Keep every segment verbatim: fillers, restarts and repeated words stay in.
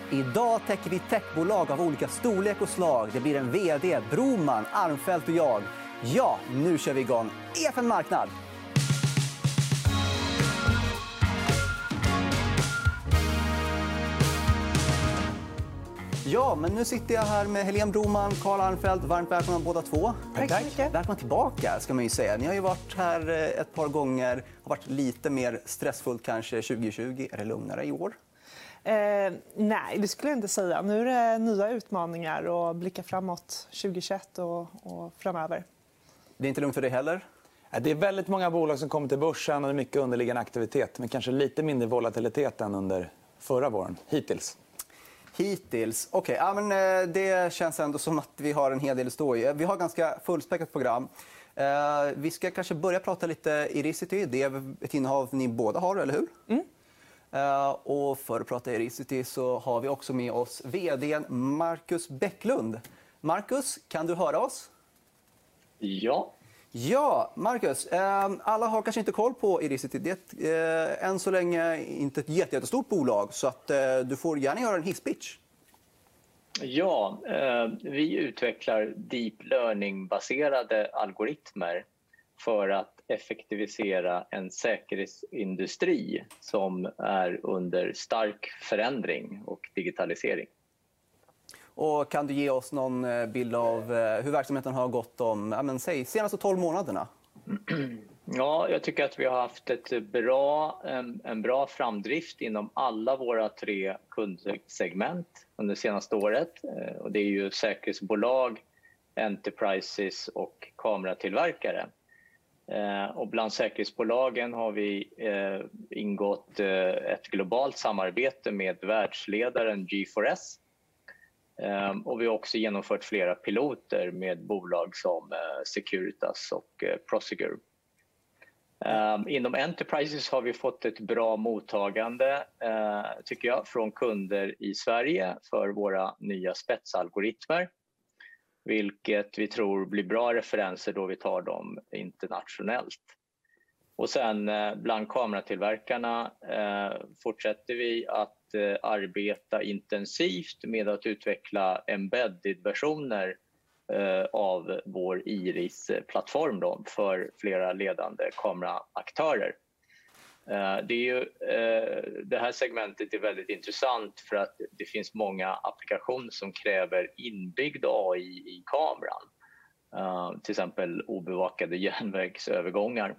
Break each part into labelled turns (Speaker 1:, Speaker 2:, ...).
Speaker 1: Idag täcker vi techbolag av olika storlek och slag. Det blir en vd, Broman, Armfelt och jag. Ja, nu kör vi igång. E F N Marknad! Ja, men nu sitter jag här med Helene Broman, Carl Armfelt. Varmt välkomna båda två.
Speaker 2: Tack så mycket.
Speaker 1: Välkomna tillbaka, ska man ju säga. Ni har ju varit här ett par gånger. Har varit lite mer stressfullt kanske tjugo tjugo. Är det lugnare i år?
Speaker 2: Eh, nej, det skulle jag inte säga. Nu är det nya utmaningar och blicka framåt tjugo tjugoett och, och framöver.
Speaker 1: Det är inte lugnt för dig heller?
Speaker 3: Det är väldigt många bolag som kommer till börsen och mycket underliggande aktivitet. Men kanske lite mindre volatilitet än under förra våren, hittills.
Speaker 1: Hittills. Okej, okay. Ja, men det känns ändå som att vi har en hel del att stå i. Vi har ganska fullspäckat program. Vi ska kanske börja prata lite Iricity. Det är ett innehav ni båda har, eller hur?
Speaker 2: Mm.
Speaker 1: Och för att prata Iricity så har vi också med oss vd:n Marcus Bäcklund. Marcus, kan du höra oss?
Speaker 4: Ja.
Speaker 1: Ja, Marcus. Alla har kanske inte koll på Iricity. Det är än så länge inte ett jättestort bolag, så att du får gärna göra en hisspitch.
Speaker 4: Ja, vi utvecklar deep learning-baserade algoritmer för att effektivisera en säkerhetsindustri som är under stark förändring och digitalisering. Och
Speaker 1: kan du ge oss någon bild av hur verksamheten har gått de ja, men, säg, senaste tolv månaderna?
Speaker 4: Ja, jag tycker att vi har haft ett bra, en, en bra framdrift inom alla våra tre kundsegment under det senaste året. Och det är ju säkerhetsbolag, enterprises och kameratillverkare. Och bland säkerhetsbolagen har vi ingått ett globalt samarbete med världsledaren G four S. Och vi har också genomfört flera piloter med bolag som Securitas och Prosegur. Inom enterprises har vi fått ett bra mottagande, tycker jag, från kunder i Sverige för våra nya spetsalgoritmer. Vilket vi tror blir bra referenser då vi tar dem internationellt. Och sen bland kameratillverkarna eh, fortsätter vi att eh, arbeta intensivt med att utveckla embedded-versioner eh, av vår Iris-plattform då, för flera ledande kameraaktörer. Eh, det, är ju, eh, det här segmentet är väldigt intressant för att det finns många applikationer som kräver inbyggd A I i kameran. Uh, till exempel obevakade järnvägsövergångar.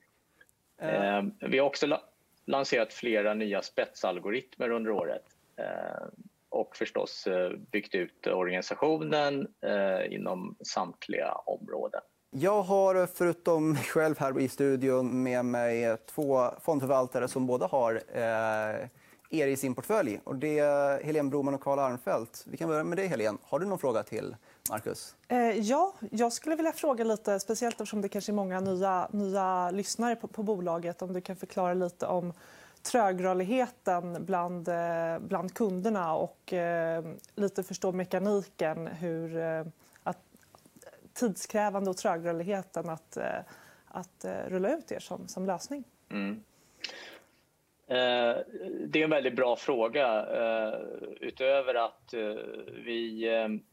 Speaker 4: Uh, vi har också la- lanserat flera nya spetsalgoritmer under året. Uh, och förstås uh, byggt ut organisationen uh, inom samtliga områden.
Speaker 1: Jag har förutom mig själv här i studion med mig två fondförvaltare som båda har eh, er i sin portfölj. Och det är Helene Broman och Carl Armfelt. Vi kan börja med dig, Helene. Har du någon fråga till Marcus?
Speaker 2: Eh, ja, jag skulle vilja fråga lite, speciellt eftersom det kanske är många nya, nya lyssnare på, på bolaget, om du kan förklara lite om trögrörligheten bland, eh, bland kunderna och eh, lite förstå mekaniken, hur eh, att, tidskrävande och trögrörligheten att, eh, att eh, rulla ut er som, som lösning.
Speaker 4: Mm. Det är en väldigt bra fråga. Utöver att vi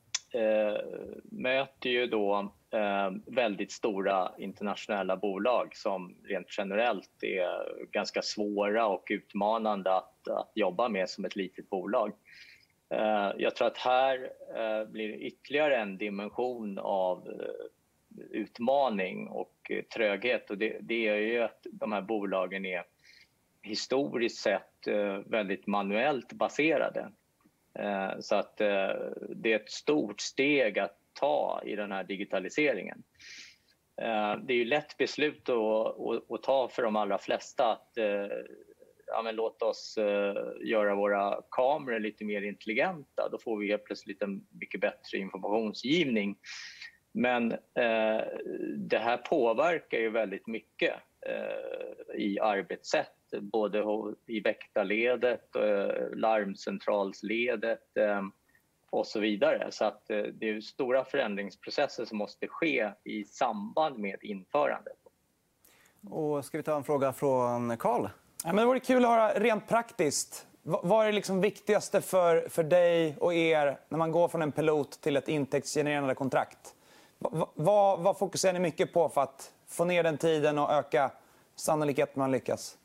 Speaker 4: möter ju då väldigt stora internationella bolag som rent generellt är ganska svåra och utmanande att, att jobba med som ett litet bolag. Jag tror att här blir ytterligare en dimension av utmaning och tröghet, och det, det är ju att de här bolagen är historiskt sett väldigt manuellt baserade. Så att det är ett stort steg att ta i den här digitaliseringen. Det är ju lätt beslut att, att ta för de allra flesta att ja, men låt oss göra våra kameror lite mer intelligenta. Då får vi helt plötsligt en mycket bättre informationsgivning. Men eh, det här påverkar ju väldigt mycket eh, i arbetssätt, både i väktarledet, eh, larmcentralsledet eh, och så vidare. Så att, eh, det är stora förändringsprocesser som måste ske i samband med införandet.
Speaker 1: Och ska vi ta en fråga från Carl?
Speaker 3: Ja, men det vore kul att höra rent praktiskt. Vad är det liksom viktigaste för, för dig och er när man går från en pilot till ett intäktsgenererande kontrakt? Vad, vad, vad fokuserar ni mycket på för att få ner den tiden och öka sannolikheten man lyckas?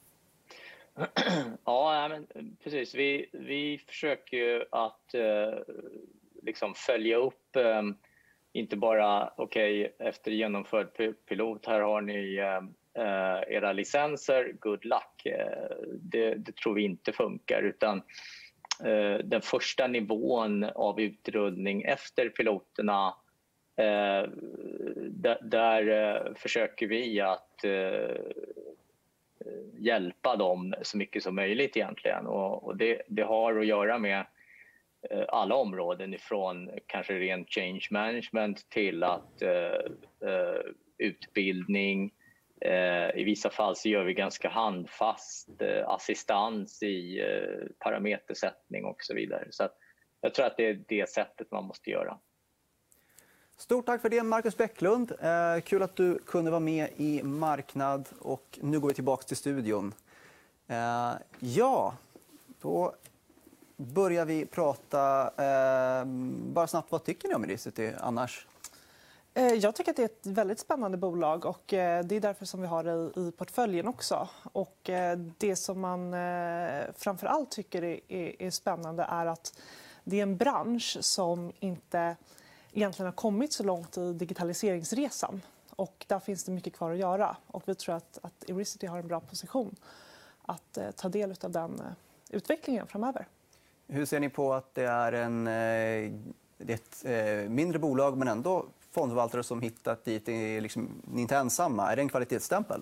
Speaker 4: Ja, men precis. Vi, vi försöker ju att eh, liksom följa upp, eh, inte bara okej, okay, efter genomförd pilot, här har ni eh, era licenser, good luck. Eh, det, det tror vi inte funkar, utan eh, den första nivån av utrullning efter piloterna, eh, där, där eh, försöker vi att eh, hjälpa dem så mycket som möjligt egentligen. Och, och det, det har att göra med eh, alla områden, ifrån kanske ren change management till att eh, eh, utbildning. Eh, I vissa fall så gör vi ganska handfast eh, assistans i eh, parametersättning och så vidare. Så att jag tror att det är det sättet man måste göra.
Speaker 1: Stort tack för det, Marcus Bäcklund. Eh, kul att du kunde vara med i Marknad. Och nu går vi tillbaka till studion. Eh, ja, då börjar vi prata. Eh, bara snabbt, vad tycker ni om Iricity annars?
Speaker 2: Jag tycker att det är ett väldigt spännande bolag, och det är därför som vi har det i portföljen också. Och det som man framför allt tycker är spännande är att det är en bransch som inte egentligen har kommit så långt i digitaliseringsresan. Och där finns det mycket kvar att göra. Och vi tror att, att Iricity har en bra position att ta del av den utvecklingen framöver.
Speaker 1: Hur ser ni på att det är, en, det är ett mindre bolag men ändå fondförvaltare som hittat dit, är liksom, ni är inte ensamma? Är det en kvalitetsstämpel?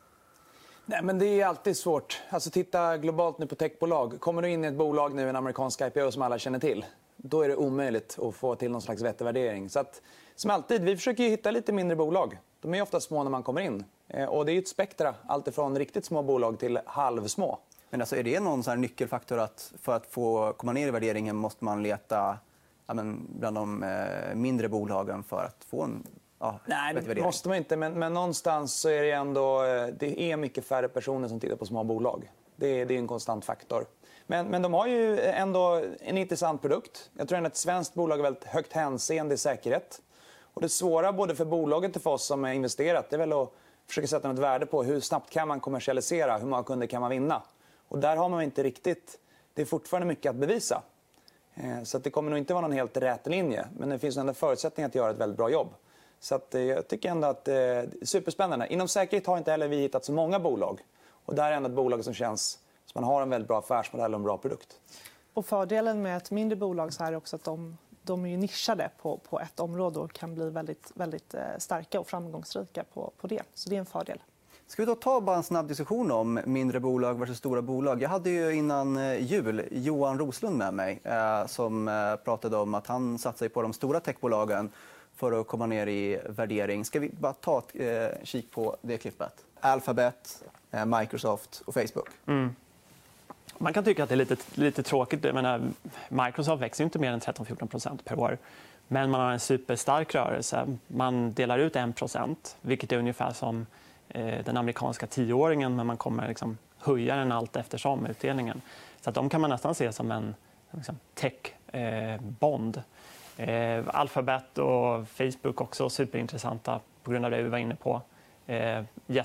Speaker 3: Nej, men det är alltid svårt. Alltså, titta globalt nu på techbolag. Kommer du in i ett bolag nu, en amerikansk I P O som alla känner till, då är det omöjligt att få till någon slags vettig värdering. Så att, som alltid, vi försöker hitta lite mindre bolag. De är ofta små när man kommer in. Och det är ett spektra, allt ifrån riktigt små bolag till halvsmå.
Speaker 1: Men alltså, är det någon sån här nyckelfaktor att för att få komma ner i värderingen måste man leta, ja, men bland de eh, mindre bolagen för att få en ja,
Speaker 3: Nej,
Speaker 1: bättre värdering?
Speaker 3: Det måste man inte. Men, men någonstans så är det ändå det är mycket färre personer som tittar på små bolag. Det är, det är en konstant faktor. Men, men de har ju ändå en intressant produkt. Jag tror att ett svenskt bolag har väldigt högt hänseende i säkerhet. Och det svåra både för bolaget och för oss som är investerat, det är väl att försöka sätta något värde på hur snabbt kan man kommersialisera, hur många kunder kan man vinna. Och där har man inte riktigt, det är fortfarande mycket att bevisa. Så att det kommer nog inte vara någon helt rät linje, men det finns ändå förutsättningar att göra ett väldigt bra jobb. Så att jag tycker ändå att det är superspännande. Inom säkerhet har inte heller vi hittat så många bolag. Och där är ändå ett bolag som känns som man har en väldigt bra affärsmodell och en bra produkt.
Speaker 2: Och fördelen med ett mindre bolag så här är också att de, de är ju nischade på, på ett område och kan bli väldigt, väldigt starka och framgångsrika på, på det. Så det är en fördel.
Speaker 1: Ska vi då ta bara en snabb diskussion om mindre bolag versus stora bolag? Jag hade ju innan jul Johan Roslund med mig eh, som eh, pratade om att han satsar på de stora techbolagen för att komma ner i värdering. Ska vi bara ta ett eh, kik på det klippet? Alphabet, eh, Microsoft och Facebook.
Speaker 5: Mm. Man kan tycka att det är lite, lite tråkigt. Jag menar, Microsoft växer inte mer än tretton till fjorton procent per år. Men man har en superstark rörelse. Man delar ut en procent, vilket är ungefär som eh, den amerikanska tioåringen. Men man kommer liksom höja den allt eftersom utdelningen. Så att de kan man nästan se som en liksom, tech-bond. Eh, Alphabet och Facebook också superintressanta på grund av det vi var inne på. Eh,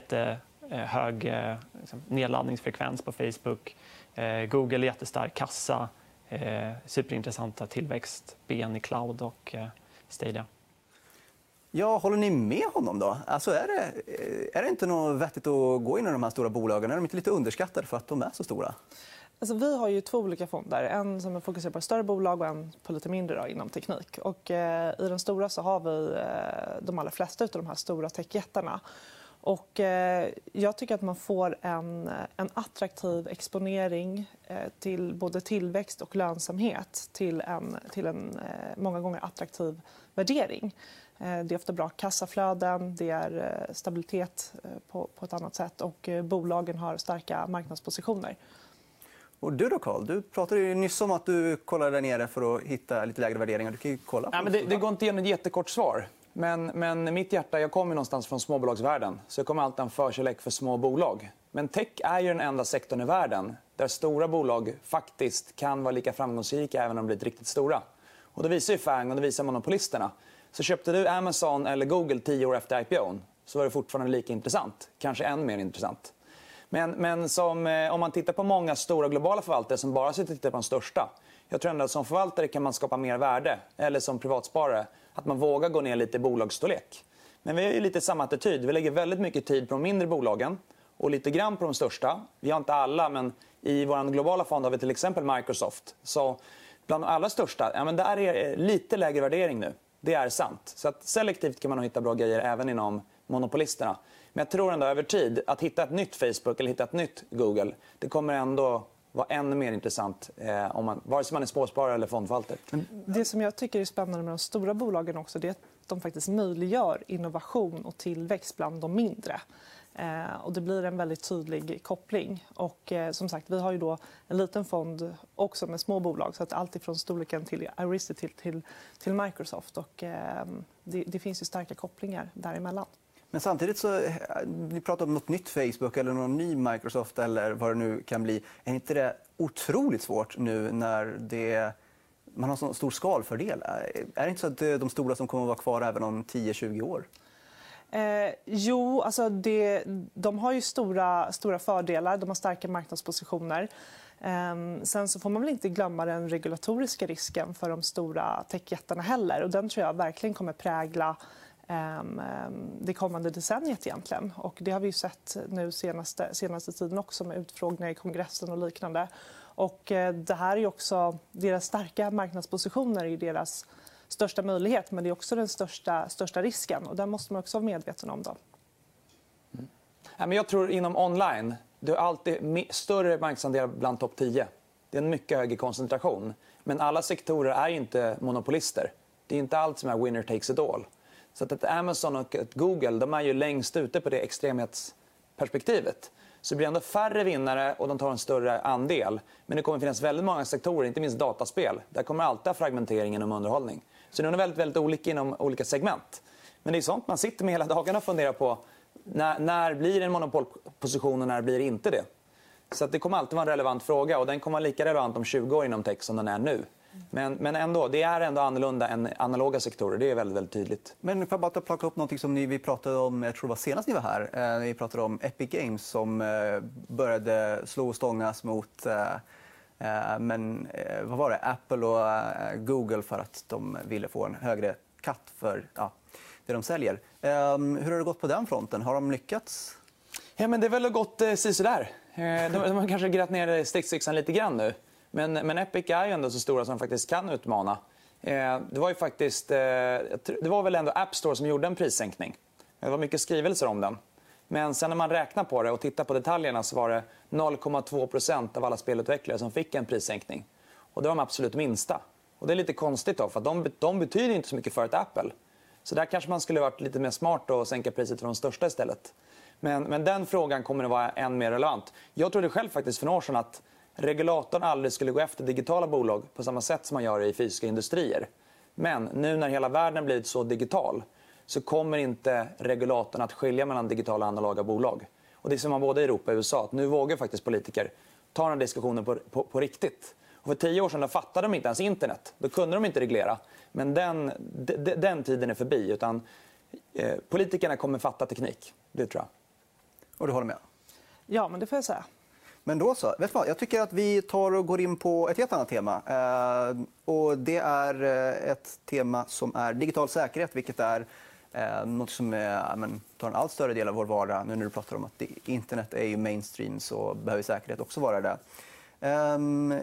Speaker 5: jättehög eh, liksom, nedladdningsfrekvens på Facebook. Eh, Google jättestark kassa. Eh, superintressanta tillväxtben i cloud och eh, Stadia.
Speaker 1: Ja, håller ni med honom då? Alltså är, det, är det inte något vettigt att gå in i de här stora bolagen? Är de inte lite underskattade för att de är så stora?
Speaker 2: Alltså, vi har ju två olika fonder. En som är fokuserad på större bolag och en på lite mindre då, inom teknik. Och, eh, I den stora så har vi eh, de allra flesta av de här stora techjättarna. Och, eh, jag tycker att man får en, en attraktiv exponering eh, till både tillväxt och lönsamhet till en, till en eh, många gånger attraktiv värdering. Eh, det är ofta bra kassaflöden, det är eh, stabilitet eh, på, på ett annat sätt och eh, bolagen har starka marknadspositioner.
Speaker 1: Och du då, Carl? Du pratade ju nyss om att du kollade där nere för att hitta lite lägre värderingar. Du kan ju kolla på
Speaker 3: ja, men det, det går inte igen ett jättekort svar. Men, men mitt hjärta, jag kommer någonstans från småbolagsvärlden. Så jag kommer alltid ha en förkärlek för små bolag. Men tech är ju den enda sektorn i världen där stora bolag faktiskt kan vara lika framgångsrika även om de blir riktigt stora. Och det visar ju Fang och det visar monopolisterna. Så köpte du Amazon eller Google tio år efter I P O:n så var det fortfarande lika intressant. Kanske än mer intressant. Men, men som, eh, om man tittar på många stora globala förvaltare som bara sitter och tittar på de största. Jag tror ändå att som förvaltare kan man skapa mer värde. Eller som privatsparare att man vågar gå ner lite i bolagsstorlek. Men vi har ju lite samma attityd. Vi lägger väldigt mycket tid på de mindre bolagen och lite grann på de största. Vi har inte alla, men i vår globala fond har vi till exempel Microsoft. Så bland de allra största, ja, men där är lite lägre värdering nu. Det är sant. Så att selektivt kan man nog hitta bra grejer även inom monopolisterna. Men jag tror ändå över tid att hitta ett nytt Facebook eller hitta ett nytt Google, det kommer ändå vara ännu mer intressant eh, om man, vare sig man är småsparare eller fondförvaltare.
Speaker 2: Det som jag tycker är spännande med de stora bolagen också, det är att de faktiskt möjliggör innovation och tillväxt bland de mindre. Eh, och det blir en väldigt tydlig koppling. Och, eh, som sagt, vi har ju då en liten fond också med små bolag. Så att allt ifrån storleken till Arista till, till, till Microsoft. Och, eh, det, det finns ju starka kopplingar däremellan.
Speaker 1: Men samtidigt så, vi pratar om något nytt Facebook eller någon ny Microsoft eller vad det nu kan bli. Är inte det otroligt svårt nu när det, man har så stor skalfördel? Är det inte så att det är de stora som kommer att vara kvar även om tio till tjugo år?
Speaker 2: Eh, jo, alltså det, de har ju stora, stora fördelar. De har starka marknadspositioner. Eh, sen så får man väl inte glömma den regulatoriska risken för de stora techjättarna heller. Och den tror jag verkligen kommer prägla eh, det kommande decenniet egentligen. Och det har vi ju sett nu senaste, senaste tiden också med utfrågningar i kongressen och liknande. Och eh, det här är ju också deras starka marknadspositioner i deras största möjlighet, men det är också den största, största risken. Och den måste man också vara medveten om. Då.
Speaker 3: Mm. Ja, men jag tror inom online, du har alltid större marknadsandel bland topp tio. Det är en mycket högre koncentration. Men alla sektorer är inte monopolister. Det är inte allt som är winner takes it all. Så att ett Amazon och ett Google, de är ju längst ute på det extremhetsperspektivet. Så det blir ändå färre vinnare och de tar en större andel. Men det kommer finnas väldigt många sektorer, inte minst dataspel. Där kommer alltid ha fragmentering inom underhållning. Så det är väldigt, väldigt olika inom olika segment. Men det är sånt man sitter med hela dagarna och funderar på. När, när blir det en monopolposition och när blir det inte det? Så att det kommer alltid vara en relevant fråga. Och den kommer vara lika relevant om tjugo år inom tech som den är nu. Men, men ändå, det är ändå annorlunda än analoga sektorer. Det är väldigt, väldigt tydligt.
Speaker 1: Men för att bara plocka upp något som ni, vi pratade om, jag tror det var senast ni var här. Eh, vi pratade om Epic Games som eh, började slå och stångas mot eh, eh, men, eh, vad var det? Apple och eh, Google för att de ville få en högre katt för ja, det de säljer. Eh, hur har det gått på den fronten? Har de lyckats?
Speaker 3: Ja, men det är väl gått eh, sisådär. Eh, de, de har kanske grätt ner sticksyxan lite grann nu. Men, men Epic är ju ändå så stora som faktiskt kan utmana. Eh, det var ju faktiskt eh, det var väl ändå App Store som gjorde en prissänkning. Det var mycket skrivelser om den. Men sen när man räknar på det och tittar på detaljerna så var det noll komma två procent av alla spelutvecklare som fick en prissänkning. Och det var de absolut minsta. Och det är lite konstigt då, för att de, de betyder inte så mycket för ett Apple. Så där kanske man skulle varit lite mer smart och sänka priset för de största istället. Men, men den frågan kommer att vara än mer relevant. Jag trodde själv faktiskt för några år sedan att regulatorn aldrig skulle gå efter digitala bolag på samma sätt som man gör i fysiska industrier. Men nu när hela världen blivit så digital så kommer inte regulatorn att skilja mellan digitala och analoga bolag. Och det ser man både i Europa och U S A. Att nu vågar faktiskt politiker ta den diskussionen på, på, på riktigt. Och för tio år sedan fattade de inte ens internet. Då kunde de inte reglera. Men den, de, den tiden är förbi. Utan, eh, politikerna kommer fatta teknik. Det tror jag.
Speaker 1: Och du håller med?
Speaker 2: Ja, men det får jag säga.
Speaker 1: Men då så. Vet du vad? Jag tycker att vi tar och går in på ett helt annat tema. Eh, och det är ett tema som är digital säkerhet, vilket är eh, något som är, men, tar en allt större del av vår vardag. Nu när du pratar om att internet är ju mainstream så behöver säkerhet också vara det. Eh,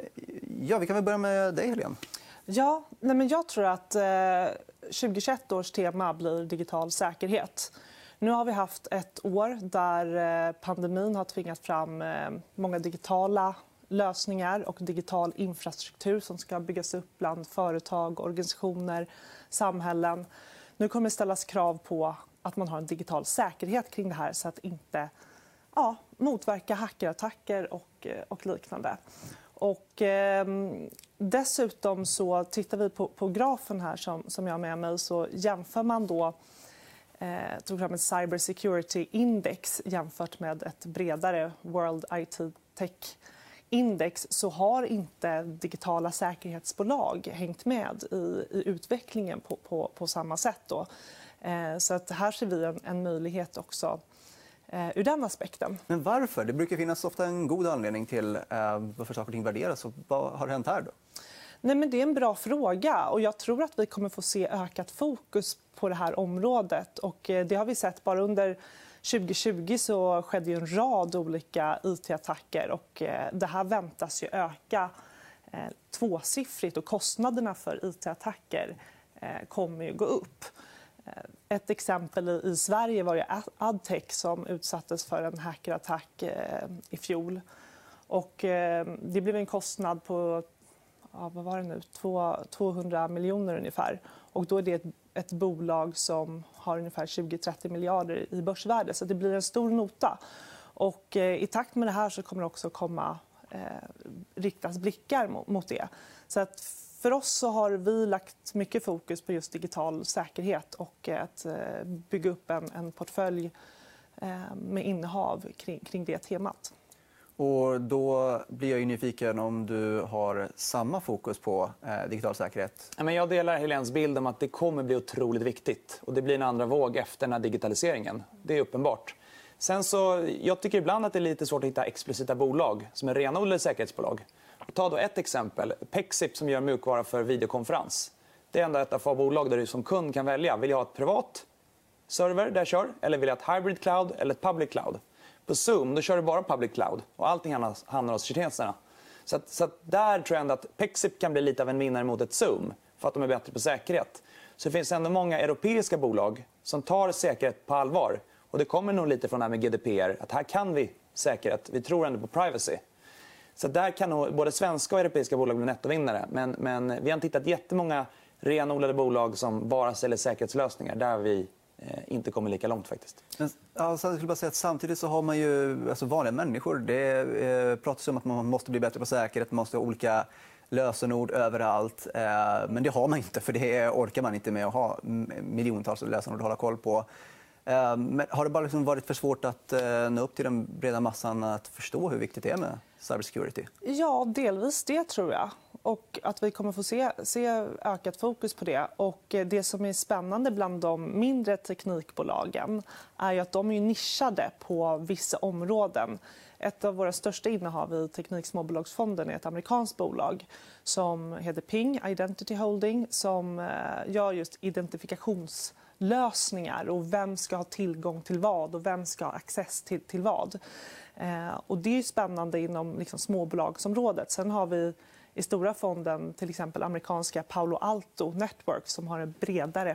Speaker 1: ja, vi kan väl börja med dig, Helene.
Speaker 2: Ja, nej men jag tror att eh, tjugohundratjugoett års tema blir digital säkerhet. Nu har vi haft ett år där pandemin har tvingat fram många digitala lösningar och digital infrastruktur som ska byggas upp bland företag, organisationer, samhällen. Nu kommer det ställas krav på att man har en digital säkerhet kring det här så att inte ja, motverka hackerattacker och, och liknande. Och, eh, dessutom så tittar vi på, på grafen här som, som jag har med mig så jämför man då Eh, tog fram ett Cyber Security Index jämfört med ett bredare World I T Tech index så har inte digitala säkerhetsbolag hängt med i, i utvecklingen på, på, på samma sätt. Då. Eh, så att här ser vi en, en möjlighet också eh, ur den aspekten.
Speaker 1: Men varför? Det brukar finnas ofta en god anledning till eh, varför saker och ting värderas. Och vad har hänt här då?
Speaker 2: Nej, men det är en bra fråga och jag tror att vi kommer få se ökat fokus på det här området. Och eh, det har vi sett bara under tjugo tjugo så skedde ju en rad olika I T-attacker och eh, det här väntas ju öka eh, tvåsiffrigt och kostnaderna för I T-attacker eh, kommer ju gå upp. Eh, ett exempel i, i Sverige var ju Adtech som utsattes för en hackerattack eh, i fjol. Och eh, det blev en kostnad på ja, vad var det nu? tvåhundra miljoner ungefär. Och då är det ett, ett bolag som har ungefär tjugo till trettio miljarder i börsvärde. Så det blir en stor nota. Och eh, i takt med det här så kommer det också komma eh, riktas blickar mot, mot det. Så att för oss så har vi lagt mycket fokus på just digital säkerhet och att eh, bygga upp en, en portfölj eh, med innehav kring, kring det temat.
Speaker 1: Och då blir jag ju nyfiken om du har samma fokus på eh, digital säkerhet.
Speaker 3: Jag delar Helens bild om att det kommer bli otroligt viktigt. Och det blir en andra våg efter den här digitaliseringen. Det är uppenbart. Sen så, jag tycker ibland att det är lite svårt att hitta explicita bolag som är renodlade säkerhetsbolag. Ta då ett exempel. Pexip som gör mjukvara för videokonferens. Det är ändå ett av få bolag där du som kund kan välja. Vill jag ha ett privat server där jag kör? Eller vill jag ha ett hybrid cloud eller ett public cloud? På Zoom då kör du bara public cloud och allting hamnar hos kineserna. Så, att, så att där tror jag ändå att Pexip kan bli lite av en vinnare mot ett Zoom för att de är bättre på säkerhet. Så det finns ändå många europeiska bolag som tar säkerhet på allvar. Och det kommer nog lite från det här med G D P R, att här kan vi säkerhet, vi tror ändå på privacy. Så där kan nog både svenska och europeiska bolag bli nettovinnare. Men, men vi har inte hittat jättemånga renodlade bolag som bara säljer säkerhetslösningar där vi eh, inte kommer lika långt faktiskt.
Speaker 1: Men, alltså, jag skulle bara säga att samtidigt så har man ju alltså, vanliga människor. Det eh, pratas om att man måste bli bättre på säkerhet, man måste ha olika lösenord överallt. Eh, men det har man inte, för det orkar man inte med att ha miljontals lösenord att hålla koll på. Eh, men har det bara liksom varit för svårt att eh, nå upp till den breda massan att förstå hur viktigt det är med cybersecurity?
Speaker 2: Ja, delvis det tror jag. Och att vi kommer få se, se ökat fokus på det. Och det som är spännande bland de mindre teknikbolagen är ju att de är nischade på vissa områden. Ett av våra största innehav i Tekniksmåbolagsfonden är ett amerikanskt bolag som heter Ping Identity Holding som gör just identifikationslösningar och vem ska ha tillgång till vad och vem ska ha access till, till vad. Eh, och det är spännande inom liksom, småbolagsområdet. Sen har vi i stora fonden till exempel amerikanska Palo Alto Network som har en bredare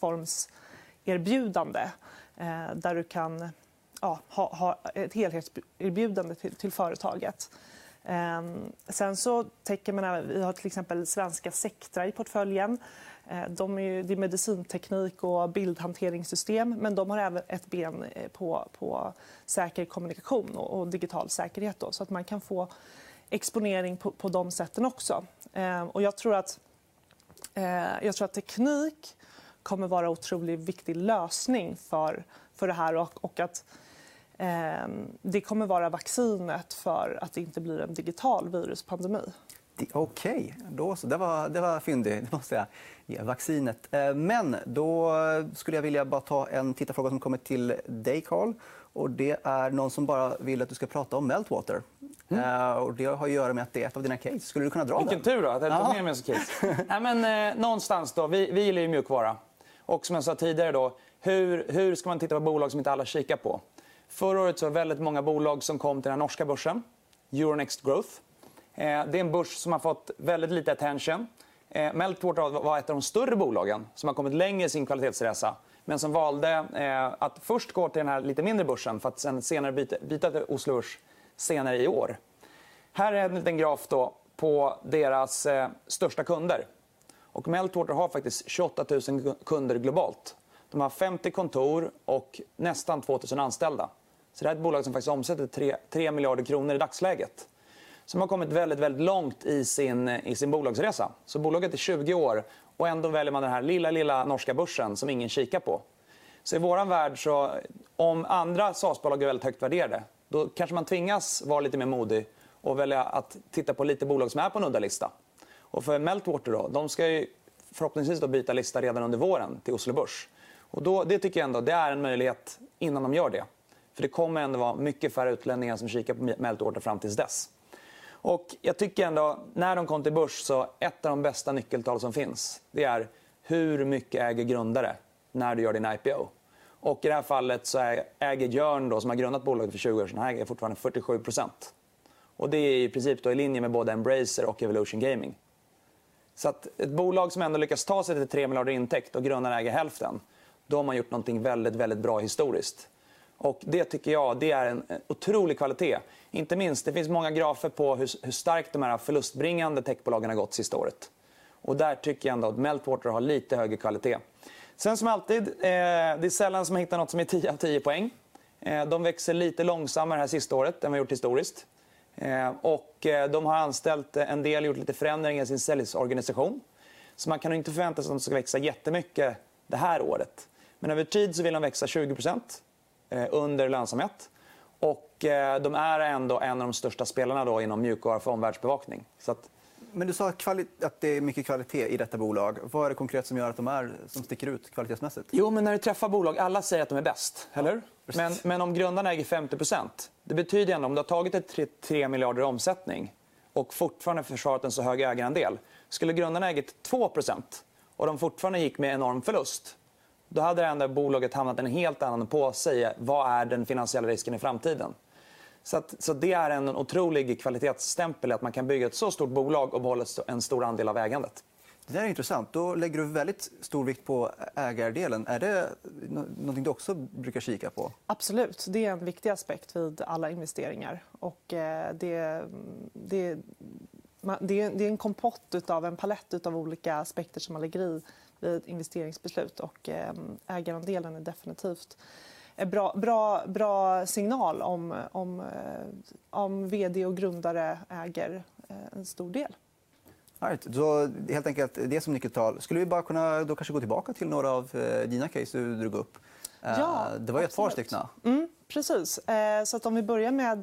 Speaker 2: plattformserbjudande eh, där du kan ja, ha, ha ett helhetserbjudande till, till företaget. Eh, sen så täcker man, vi har till exempel svenska Sectra i portföljen. De är, ju, det är medicinteknik och bildhanteringssystem, men de har även ett ben på, på säker kommunikation och, och digital säkerhet. Då, så att man kan få exponering på, på de sätten också. Eh, och jag tror att, eh, jag tror att teknik kommer vara en otroligt viktig lösning för, för det här och, och att eh, det kommer vara vaccinet för att det inte blir en digital viruspandemi.
Speaker 1: Okej, då så. Det var, det var fyndigt, det måste jag ge. Vaccinet. Men då skulle jag vilja bara ta en tittarfråga som kommer till dig, Carl. Och det är någon som bara vill att du ska prata om Meltwater. Mm. Och det har att göra med att det är ett av dina case. Skulle du kunna dra
Speaker 3: Vilken
Speaker 1: den?
Speaker 3: tur då, att jag tar med mig som case. Nej, men, eh, någonstans då, vi, vi gillar ju mjukvara. Och som jag sa tidigare då, hur, hur ska man titta på bolag som inte alla kikar på? Förra året så var det väldigt många bolag som kom till den norska börsen, Euronext Growth. Det är en börs som har fått väldigt lite attention. Meltwater var ett av de större bolagen som har kommit längre i sin kvalitetsresa men som valde att först gå till den här lite mindre börsen för att sen senare byta, byta till Oslo Börs senare i år. Här är en liten graf då på deras största kunder. Och Meltwater har faktiskt tjugoåtta tusen kunder globalt. De har femtio kontor och nästan två tusen anställda. Så det är ett bolag som faktiskt omsätter tre miljarder kronor i dagsläget. Som har kommit väldigt, väldigt långt i sin, i sin bolagsresa. Så bolaget är tjugo år och ändå väljer man den här lilla, lilla norska börsen som ingen kikar på. Så i våran värld, så, om andra SaaS-bolag är väldigt högt värderade, då kanske man tvingas vara lite mer modig och välja att titta på lite bolag som är på en udda lista. Och för Meltwater då, de ska ju förhoppningsvis då byta lista redan under våren till Oslo Börs. Och då, det tycker jag ändå det är en möjlighet innan de gör det. För det kommer ändå vara mycket färre utlänningar som kikar på Meltwater fram tills dess. Och jag tycker ändå, när de kom till börs, så ett av de bästa nyckeltal som finns, det är hur mycket äger grundare när du gör din I P O. Och i det här fallet så äger Jörn då, som har grundat bolaget för tjugo år sedan, han äger fortfarande fyrtiosju procent. Och det är i princip då i linje med både Embracer och Evolution Gaming. Så att ett bolag som ändå lyckas ta sig till tre miljarder intäkt och grundarna äger hälften, då har man gjort något väldigt, väldigt bra historiskt. Och det tycker jag det är en otrolig kvalitet. Inte minst, det finns många grafer på hur, hur starkt de här förlustbringande techbolagen har gått sista året. Och där tycker jag ändå att Meltwater har lite högre kvalitet. Sen som alltid, eh, det är sällan som man hittar något som är tio av tio poäng. Eh, de växer lite långsammare här sista året än vi har gjort historiskt. Eh, och eh, de har anställt en del, gjort lite förändringar i sin säljsorganisation. Så man kan inte förvänta sig att de ska växa jättemycket det här året. Men över tid så vill de växa tjugo procent eh, under lönsamhet. Och eh, de är ändå en av de största spelarna då inom mjukvara för omvärldsbevakning. Så att...
Speaker 1: Men du sa kvali- att det är mycket kvalitet i detta bolag. Vad är det konkret som gör att de är, som sticker ut kvalitetsmässigt?
Speaker 3: Jo, men när du träffar bolag, alla säger att de är bäst, eller? Ja, men, men om grundarna äger femtio procent, det betyder ändå om du har tagit ett tre miljarder i omsättning och fortfarande försvarat en så hög ägarandel. Skulle grundarna ägit två procent och de fortfarande gick med enorm förlust, då hade det ändå bolaget hamnat en helt annan på sig. Vad är den finansiella risken i framtiden? Så, att, så det är en otrolig kvalitetsstämpel att man kan bygga ett så stort bolag och behålla en stor andel av ägandet.
Speaker 1: Det där är intressant. Då lägger du väldigt stor vikt på ägardelen. Är det någonting du också brukar kika på?
Speaker 2: Absolut. Det är en viktig aspekt vid alla investeringar. Och det, det, det, det är en kompott av en palett av olika aspekter som man lägger i vid ett investeringsbeslut. Och ägarandelen är definitivt en bra, bra, bra signal om, om, om vd och grundare äger en stor del.
Speaker 1: Right. Så helt enkelt det som nyckeltal. Skulle vi bara kunna då kanske gå tillbaka till några av dina case du drog upp?
Speaker 2: Ja,
Speaker 1: det var ju ett par
Speaker 2: absolut.
Speaker 1: stycken.
Speaker 2: Mm, precis. Så att om vi börjar med,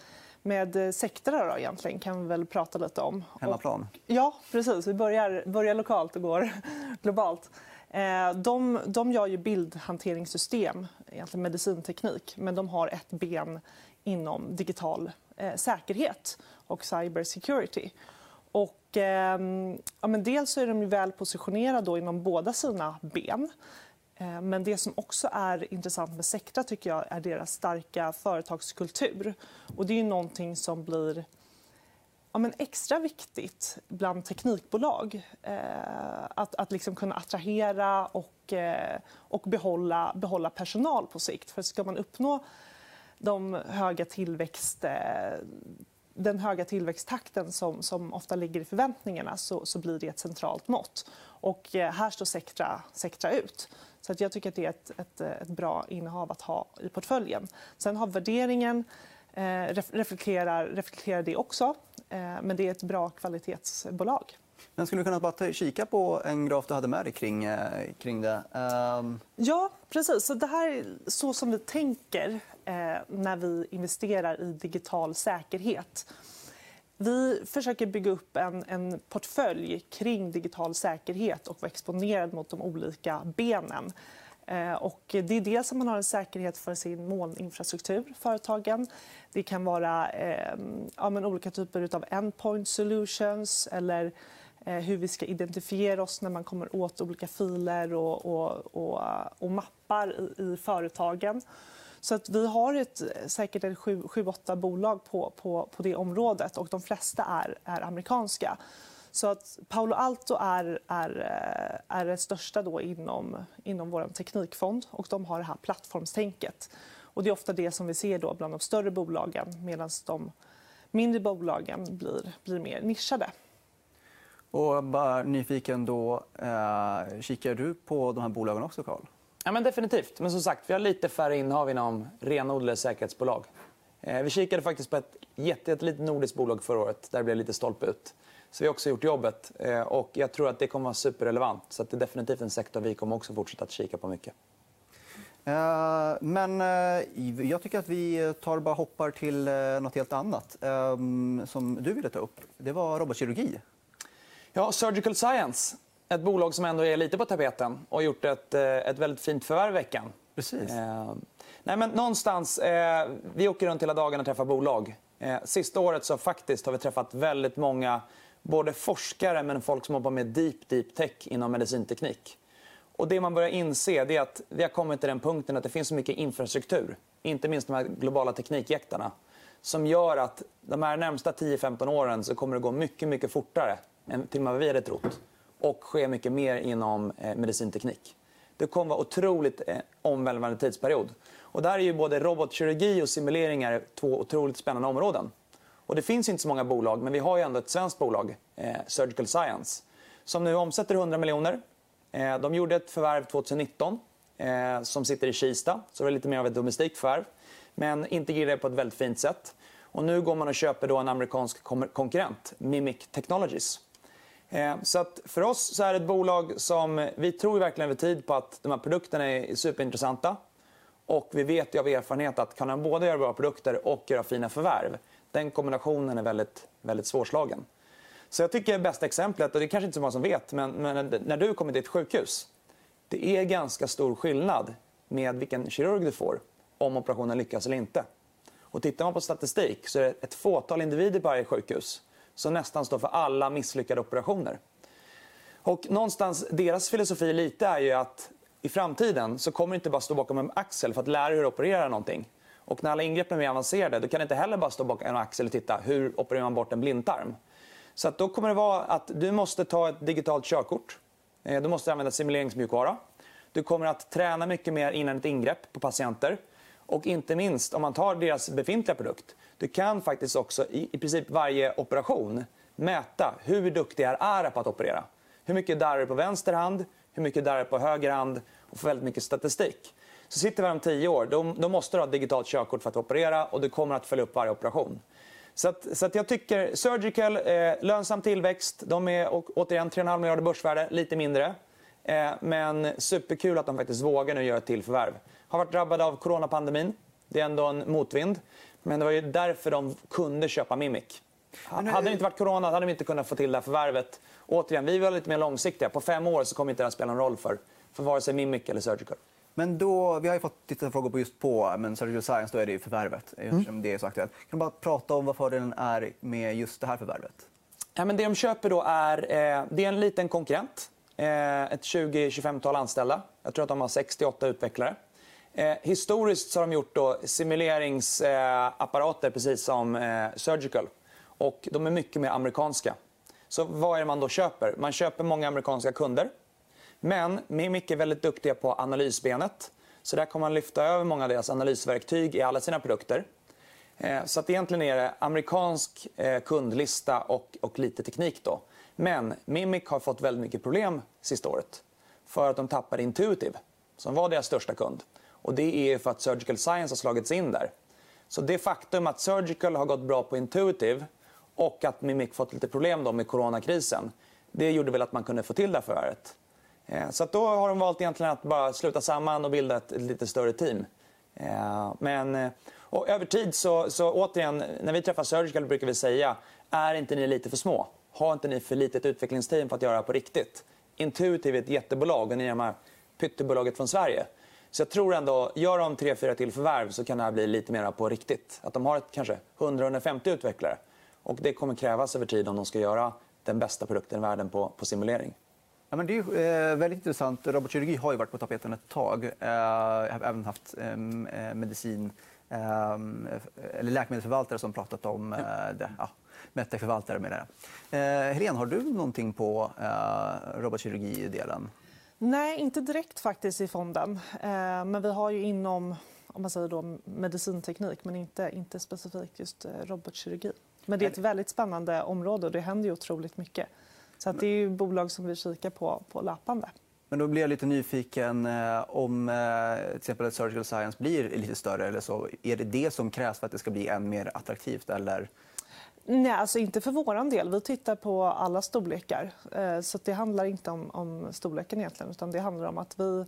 Speaker 2: med sektorer då egentligen kan vi väl prata lite om.
Speaker 1: Hemmaplan.
Speaker 2: Och, ja, precis. Vi börjar, börjar lokalt och går globalt. De, de gör ju bildhanteringssystem, egentligen medicinteknik, men de har ett ben inom digital eh, säkerhet och cybersecurity. Och, eh, ja, men dels är de ju väl positionerade då inom båda sina ben. Eh, men det som också är intressant med Sectra tycker jag är deras starka företagskultur. Och det är ju någonting som blir ja, men extra viktigt bland teknikbolag. Eh, att att liksom kunna attrahera och, eh, och behålla, behålla personal på sikt. För ska man uppnå de höga tillväxt, eh, den höga tillväxttakten som, som ofta ligger i förväntningarna så, så blir det ett centralt mått. Och eh, här står Sectra, Sectra ut. Så att jag tycker att det är ett, ett, ett bra innehav att ha i portföljen. Sen har värderingen eh, reflekterar, reflekterar det också. Men det är ett bra kvalitetsbolag.
Speaker 1: Men skulle du kunna bara ta, kika på en graf du hade med dig kring, kring det? Um...
Speaker 2: Ja, precis. Så det här är så som vi tänker eh, när vi investerar i digital säkerhet. Vi försöker bygga upp en, en portfölj kring digital säkerhet och vara exponerad mot de olika benen. Och det är dels att man har en säkerhet för sin molninfrastruktur, företagen. Det kan vara eh, ja, men olika typer av endpoint solutions eller eh, hur vi ska identifiera oss när man kommer åt olika filer och, och, och, och mappar i, i företagen. Så att vi har ett, säkert ett sju åtta bolag på, på, på det området och de flesta är, är amerikanska. Så att Palo Alto är, är, är det största då inom, inom vår teknikfond och de har det här plattformstänket. Och det är ofta det som vi ser då bland de större bolagen medan de mindre bolagen blir, blir mer nischade.
Speaker 1: Och bara nyfiken då, eh, kikar du på de här bolagen också, Carl?
Speaker 3: Ja, men definitivt. Men som sagt, vi har lite färre innehav inom renodlade säkerhetsbolag. Eh, vi kikade faktiskt på ett jättelitet nordiskt bolag förra året. Där blev lite stolpe ut. Så vi har också gjort jobbet eh, och jag tror att det kommer vara superrelevant. Så att det är definitivt en sektor vi kommer också fortsätta att kika på mycket.
Speaker 1: Eh, men eh, jag tycker att vi tar bara hoppar till eh, något helt annat eh, som du ville ta upp. Det var robotkirurgi.
Speaker 3: Ja, Surgical Science. Ett bolag som ändå är lite på tapeten och har gjort ett, ett väldigt fint förvärv i veckan.
Speaker 1: Precis.
Speaker 3: Eh, nej, men någonstans, eh, vi åker runt hela dagen och träffar bolag. Eh, sista året så faktiskt har vi träffat väldigt många både forskare men folk som jobbar med deep, deep tech inom medicinteknik. Och det man börjar inse är att vi har kommit till den punkten att det finns så mycket infrastruktur, inte minst de här globala teknikjäktarna, som gör att de här närmsta tio till femton åren så kommer det gå mycket, mycket fortare än till och med vad vi hade trott och ske mycket mer inom eh, medicinteknik. Det kommer vara otroligt eh, omvälvande tidsperiod. Och där är ju både robotkirurgi och simuleringar två otroligt spännande områden. Och det finns inte så många bolag, men vi har ju ändå ett svenskt bolag, eh, Surgical Science, som nu omsätter hundra miljoner. Eh, de gjorde ett förvärv tjugonitton eh, som sitter i Kista, så det är lite mer av ett domestikt förvärv, men integrerar på ett väldigt fint sätt. Och nu går man och köper då en amerikansk konkurrent, Mimic Technologies. Eh, så att för oss så är det ett bolag som vi tror verkligen över tid på att de här produkterna är superintressanta. Och vi vet ju av erfarenhet att kan man både göra bra produkter och göra fina förvärv, den kombinationen är väldigt, väldigt svårslagen. Så jag tycker bästa exemplet, och det är kanske inte så många som vet, men, men när du kommer till ett sjukhus, det är ganska stor skillnad med vilken kirurg du får om operationen lyckas eller inte. Och tittar man på statistik så är det ett fåtal individer på varje sjukhus som nästan står för alla misslyckade operationer. Och någonstans deras filosofi lite är ju att i framtiden så kommer det inte bara stå bakom en axel för att lära hur att operera någonting. Och när alla ingrepp är mer avancerade, då kan det inte heller bara stå bakom en axel och titta hur opererar man bort en blindtarm. Så att då kommer det vara att du måste ta ett digitalt körkort. Du måste använda simuleringsmjukvara. Du kommer att träna mycket mer innan ett ingrepp på patienter. Och inte minst om man tar deras befintliga produkt. Du kan faktiskt också i, i princip varje operation mäta hur duktiga är på att operera. Hur mycket darrar på vänster hand, hur mycket darrar på höger hand och få väldigt mycket statistik. Så sitter vi om tio år, då, då måste du ha ett digitalt körkort för att operera och du kommer att följa upp varje operation. Så, att, så att jag tycker Surgical, eh, lönsam tillväxt, de är å, återigen tre komma fem miljarder börsvärde, lite mindre. Eh, men superkul att de faktiskt vågar nu göra ett till förvärv. Har varit drabbade av coronapandemin, det är ändå en motvind. Men det var ju därför de kunde köpa Mimic. Hade det inte varit corona hade de inte kunnat få till det här förvärvet. Återigen, vi var lite mer långsiktiga. På fem år så kommer inte det här spela någon roll för, för vare sig Mimic eller Surgical.
Speaker 1: Men då, vi har ju fått titta frågor på just på men Surgical Science, då är det ju förvärvet. Mm. Det är så aktuellt. Kan du bara prata om vad fördelen är med just det här förvärvet?
Speaker 3: Ja, men det de köper då är, eh, det är en liten konkurrent. Eh, ett tjugo till tjugofem-tal anställda. Jag tror att de har sextioåtta utvecklare. Eh, historiskt så har de gjort då simuleringsapparater eh, precis som eh, Surgical. Och de är mycket mer amerikanska. Så vad är det man då köper? Man köper många amerikanska kunder. Men Mimic är väldigt duktiga på analysbenet. Så där kommer man lyfta över många av deras analysverktyg i alla sina produkter. Eh, så att egentligen är det amerikansk eh, kundlista och, och lite teknik då. Men Mimic har fått väldigt mycket problem sista året. För att de tappade Intuitive, som var deras största kund. Och det är för att Surgical Science har slagits in där. Så det faktum att Surgical har gått bra på Intuitive och att Mimic fått lite problem då med coronakrisen, det gjorde väl att man kunde få till det här förvärvet. Så att då har de valt egentligen att bara sluta samman och bilda ett, ett lite större team. Men och över tid så, så återigen, när vi träffar Surgical brukar vi säga, är inte ni lite för små? Har inte ni för litet utvecklingsteam för att göra det på riktigt? Intuitive är ett jättebolag och ni är de här pyttebolaget från Sverige. Så jag tror ändå, gör de tre, fyra till förvärv så kan det här bli lite mer på riktigt. Att de har ett, kanske hundra till hundrafemtio utvecklare. Och det kommer krävas över tid om de ska göra den bästa produkten i världen på, på simulering.
Speaker 1: Ja, men det är eh, väldigt intressant. Robotkirurgi har ju varit på tapeten ett tag. Eh, jag har även haft eh, medicin eh, eller läkemedelsförvaltare som pratat om eh, det. Ja, medtechförvaltare med det. Eh, Helene, har du någonting på eh, robotkirurgi-delen?
Speaker 2: Nej, inte direkt faktiskt i fonden. Eh, men vi har ju inom om man säger då, medicinteknik, men inte, inte specifikt just eh, robotkirurgi. Men det är ett väldigt spännande område och det händer ju otroligt mycket. Så att det är ju bolag som vi kikar på, på löpande.
Speaker 1: Men då blir jag lite nyfiken eh, om eh, till exempel Surgical Science blir lite större eller så. Är det det som krävs för att det ska bli än mer attraktivt? Eller?
Speaker 2: Nej, alltså inte för våran del. Vi tittar på alla storlekar. Eh, så det handlar inte om, om storleken egentligen, utan det handlar om att vi,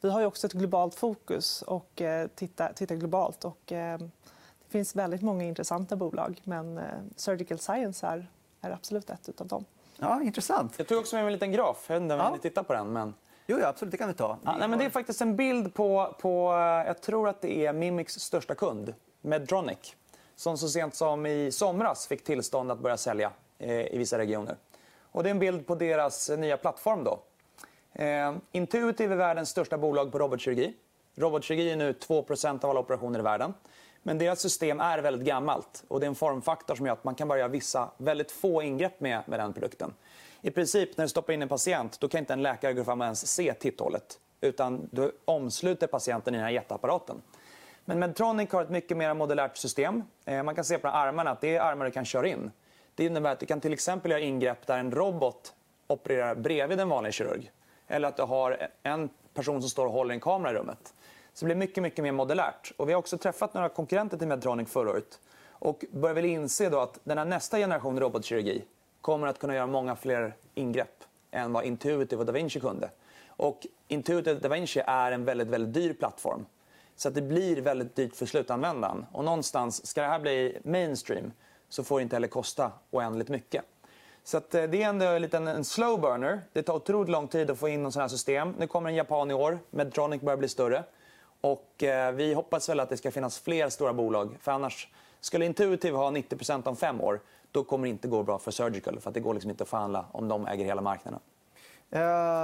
Speaker 2: vi har ju också ett globalt fokus och eh, tittar titta globalt. Och, eh, det finns väldigt många intressanta bolag, men eh, Surgical Science är, är absolut ett av dem.
Speaker 1: Ja, intressant.
Speaker 3: Jag tog också med mig en liten graf. Jag vet inte om
Speaker 1: Ja.
Speaker 3: ni tittar på den. Men...
Speaker 1: Jo, ja, absolut. Det kan vi ta.
Speaker 3: Ja, nej, men det är faktiskt en bild på, på, jag tror att det är Mimics största kund, Medtronic, som så sent som i somras fick tillstånd att börja sälja eh, i vissa regioner. Och det är en bild på deras nya plattform. Då. Eh, Intuitive är världens största bolag på robotkirurgi. Robotkirurgi är nu två procent av alla operationer i världen. Men deras system är väldigt gammalt och det är en formfaktor som gör att man kan bara göra vissa väldigt få ingrepp med, med den produkten. I princip när du stoppar in en patient då kan inte en läkare gå fram och ens se titthålet, utan du omsluter patienten i den här jätteapparaten. Men Medtronic har ett mycket mer modulärt system. Eh, man kan se på armarna att det är armar du kan köra in. Det innebär att du kan till exempel göra ingrepp där en robot opererar bredvid en vanlig kirurg. Eller att du har en person som står och håller en kamera i rummet. Så det blir mycket, mycket mer modulärt. Och vi har också träffat några konkurrenter till Medtronic förra året. Och börjar väl inse då att den här nästa generation robotkirurgi kommer att kunna göra många fler ingrepp än vad Intuitive och Da Vinci kunde. Och Intuitive och Da Vinci är en väldigt, väldigt dyr plattform. Så att det blir väldigt dyrt för slutanvändaren. Och någonstans, ska det här bli mainstream så får det inte heller kosta oändligt mycket. Så att det är ändå en liten en slow burner. Det tar otroligt lång tid att få in någon sån här system. Nu kommer en japan i år. Medtronic börjar bli större. Och eh, vi hoppas väl att det ska finnas fler stora bolag. För annars skulle Intuitive ha nittio procent om fem år, då kommer det inte gå bra för Surgical. För att det går liksom inte att förhandla om de äger hela marknaden.
Speaker 1: Uh,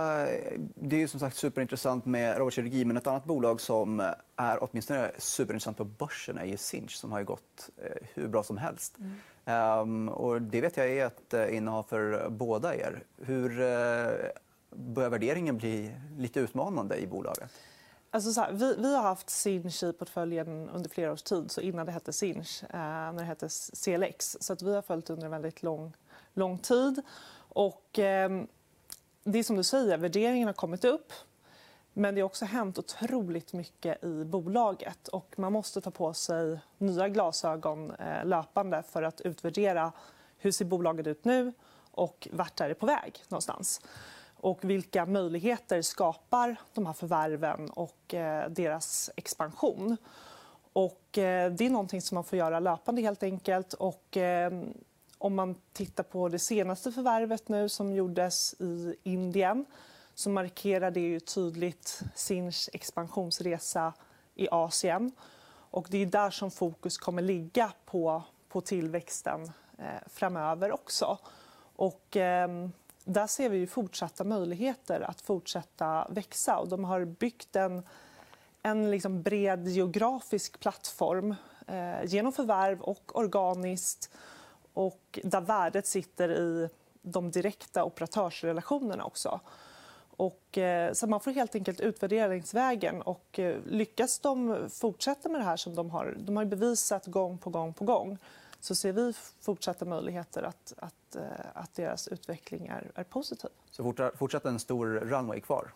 Speaker 1: det är ju som sagt superintressant med robotkirurgi, men ett annat bolag som är åtminstone superintressant på börsen är ju Sinch, som har ju gått uh, hur bra som helst. Mm. Um, och det vet jag är ett uh, innehav för båda er. Hur uh, börjar värderingen bli lite utmanande i bolaget?
Speaker 2: Alltså så här, vi, vi har haft Sinch i portföljen under flera års tid, så innan det hette Sinch, eh, när det hette C L X. Så att vi har följt under en väldigt lång, lång tid. Och, eh, det är som du säger, värderingen har kommit upp. Men det har också hänt otroligt mycket i bolaget. Och man måste ta på sig nya glasögon eh, löpande för att utvärdera hur ser bolaget ut nu och vart är det på väg någonstans. Och vilka möjligheter skapar de här förvärven och eh, deras expansion. Och, eh, det är någonting som man får göra löpande helt enkelt. Och, eh, om man tittar på det senaste förvärvet nu som gjordes i Indien, så markerar det ju tydligt Sinch expansionsresa i Asien. Och det är där som fokus kommer ligga på, på tillväxten eh, framöver också. Och, eh, där ser vi ju fortsatta möjligheter att fortsätta växa. Och de har byggt en, en liksom bred geografisk plattform eh, genom förvärv och organiskt. Och där värdet sitter i de direkta operatörsrelationerna också. Och, eh, så man får helt enkelt utvärderingsvägen. Och, eh, lyckas de fortsätta med det här som de har, de har bevisat gång på gång på gång, så ser vi fortsatta möjligheter att, att, att deras utveckling är, är positiv.
Speaker 1: Så fortsatt en stor runway kvar?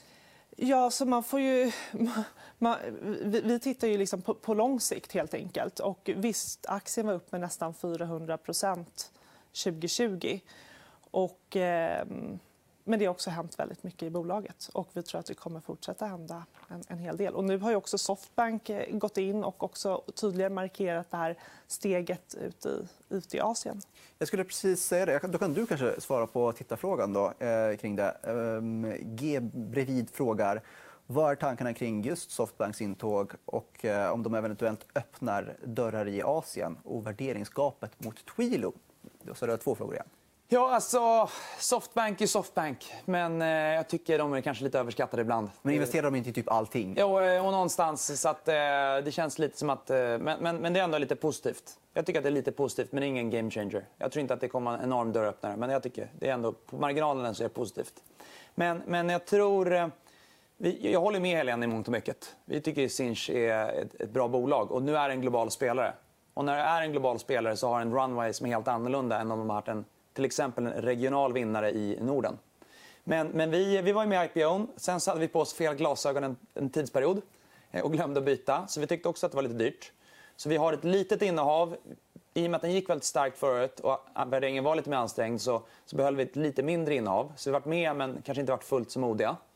Speaker 2: Ja, så man får ju... Man, vi, vi tittar ju liksom på, på lång sikt helt enkelt. Och visst, aktien var upp med nästan fyrahundra procent tjugo tjugo. Och, eh, men det har också hänt väldigt mycket i bolaget. Och vi tror att det kommer fortsätta hända en, en hel del. Och nu har ju också Softbank gått in och också tydligare markerat det här steget ut i, ut i Asien.
Speaker 1: Jag skulle precis säga det. Då kan du kanske svara på tittarfrågan då, eh, kring det. Eh, G bredvid frågar: vad är tankarna kring just Softbanks intåg och eh, om de eventuellt öppnar dörrar i Asien och värderingsgapet mot Twilio? Så det är två frågor igen.
Speaker 3: Ja, alltså Softbank är Softbank, men eh, jag tycker de är kanske lite överskattade ibland.
Speaker 1: Men investerar de inte i typ allting?
Speaker 3: Jo, och någonstans så att eh, det känns lite som att eh, men, men, men det är ändå lite positivt. Jag tycker att det är lite positivt, men det är ingen game changer. Jag tror inte att det kommer en enorm dörröppnare, men jag tycker det är ändå på marginalen så är det positivt. Men men jag tror eh, vi, jag håller med Helene i mångt och mycket. Vi tycker Sinch är ett, ett bra bolag och nu är det en global spelare. Och när det är en global spelare så har en runway som är helt annorlunda än om de har haft en till exempel en regional vinnare i Norden. Men, men vi, vi var med i I P O:n. Sen så hade vi på oss fel glasögon en, en tidsperiod och glömde att byta. Så vi tyckte också att det var lite dyrt. Så vi har ett litet innehav. I och med att den gick väldigt starkt förut och värderingen var lite mer ansträngd så, så behöll vi ett lite mindre innehav. Så vi har varit med men kanske inte varit fullt så modiga.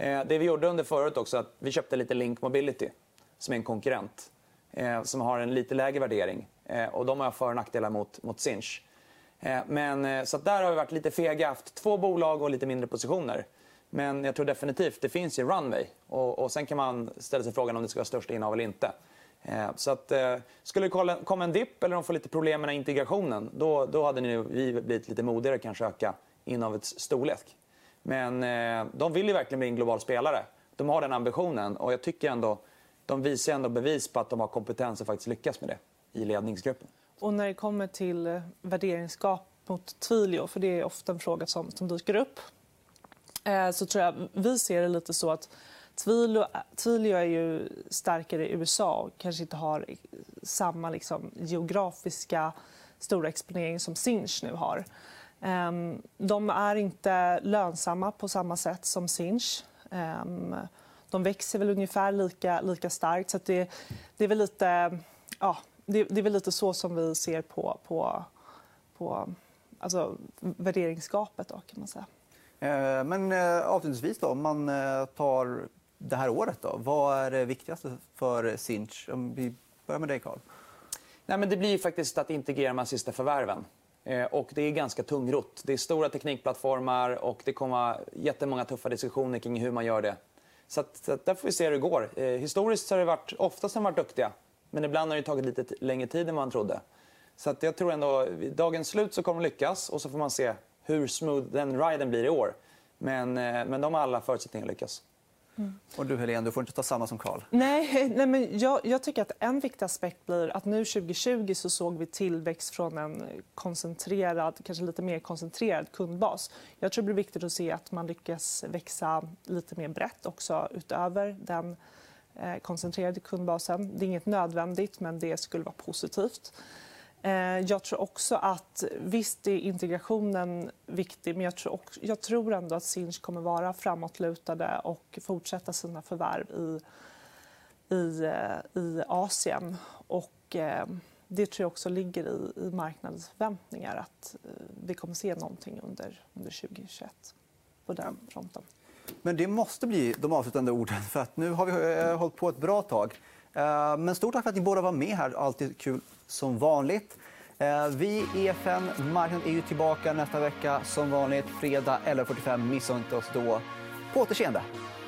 Speaker 3: Eh, det vi gjorde under förut också att vi köpte lite Link Mobility som är en konkurrent eh, som har en lite lägre värdering. Eh, och de har för- och nackdelar mot, mot Sinch. Eh, men, eh, så att där har vi varit lite fega, haft två bolag och lite mindre positioner. Men jag tror definitivt det finns ju runway. Och, och sen kan man ställa sig frågan om det ska vara största innehav eller inte. Eh, så att, eh, skulle det komma en dipp eller de får lite problem med integrationen, då, då hade ni, vi blivit lite modigare kanske öka innehavets storlek. Men eh, de vill ju verkligen bli en global spelare. De har den ambitionen och jag tycker ändå de visar ändå bevis på att de har kompetens att faktiskt lyckas med det i ledningsgruppen.
Speaker 2: Och när det kommer till värderingsgap mot Twilio, för det är ofta en fråga som, som dyker upp, eh, så tror jag vi ser det lite så att Twilio, Twilio är ju starkare i U S A och kanske inte har samma liksom, geografiska stora exponering som Sinch nu har. Um, de är inte lönsamma på samma sätt som Sinch. Um, de växer väl ungefär lika, lika starkt. Så att det, det, är väl lite, ja, det, det är väl lite så som vi ser på, på, på alltså, värderingsgapet då, kan man säga.
Speaker 1: Eh, men eh, avslutningsvis då, om man eh, tar det här året då, vad är det viktigaste för Sinch? Om vi börjar med dig, Carl.
Speaker 3: Nej, men det blir faktiskt att integrera de här sista förvärven. Eh, och det är ganska tungrott. Det är stora teknikplattformar och det kommer jättemånga tuffa diskussioner kring hur man gör det. Så, att, så att där får vi se hur det går. Eh, historiskt har det varit, oftast har de varit duktiga. Men ibland har det tagit lite t- längre tid än man trodde. Så att jag tror ändå vid dagens slut så kommer de lyckas. Och så får man se hur smooth den riden blir i år. Men, eh, men de har alla förutsättningar att lyckas.
Speaker 2: Mm.
Speaker 1: Och du, Helene, du får inte ta samma som Carl.
Speaker 2: Nej, nej men jag, jag tycker att en viktig aspekt blir att nu tjugo tjugo så såg vi tillväxt från en koncentrerad, kanske lite mer koncentrerad kundbas. Jag tror det blir viktigt att se att man lyckas växa lite mer brett också utöver den eh, koncentrerade kundbasen. Det är inget nödvändigt, men det skulle vara positivt. Jag tror också att visst är integrationen viktig, men jag tror, också, jag tror ändå att Sinch kommer vara framåtlutade och fortsätta sina förvärv i, i, i Asien. Och eh, det tror jag också ligger i, i marknadens förväntningar att eh, vi kommer se någonting under, under tjugo tjugoett på den fronten. Men
Speaker 1: det måste bli de avslutande orden, för att nu har vi eh, hållit på ett bra tag. Eh, men stort tack för att ni båda var med här. Alltid kul som vanligt. Vi i E F N Marknaden är ju tillbaka nästa vecka som vanligt fredag elva fyrtiofem. Missa inte oss då. På återseende.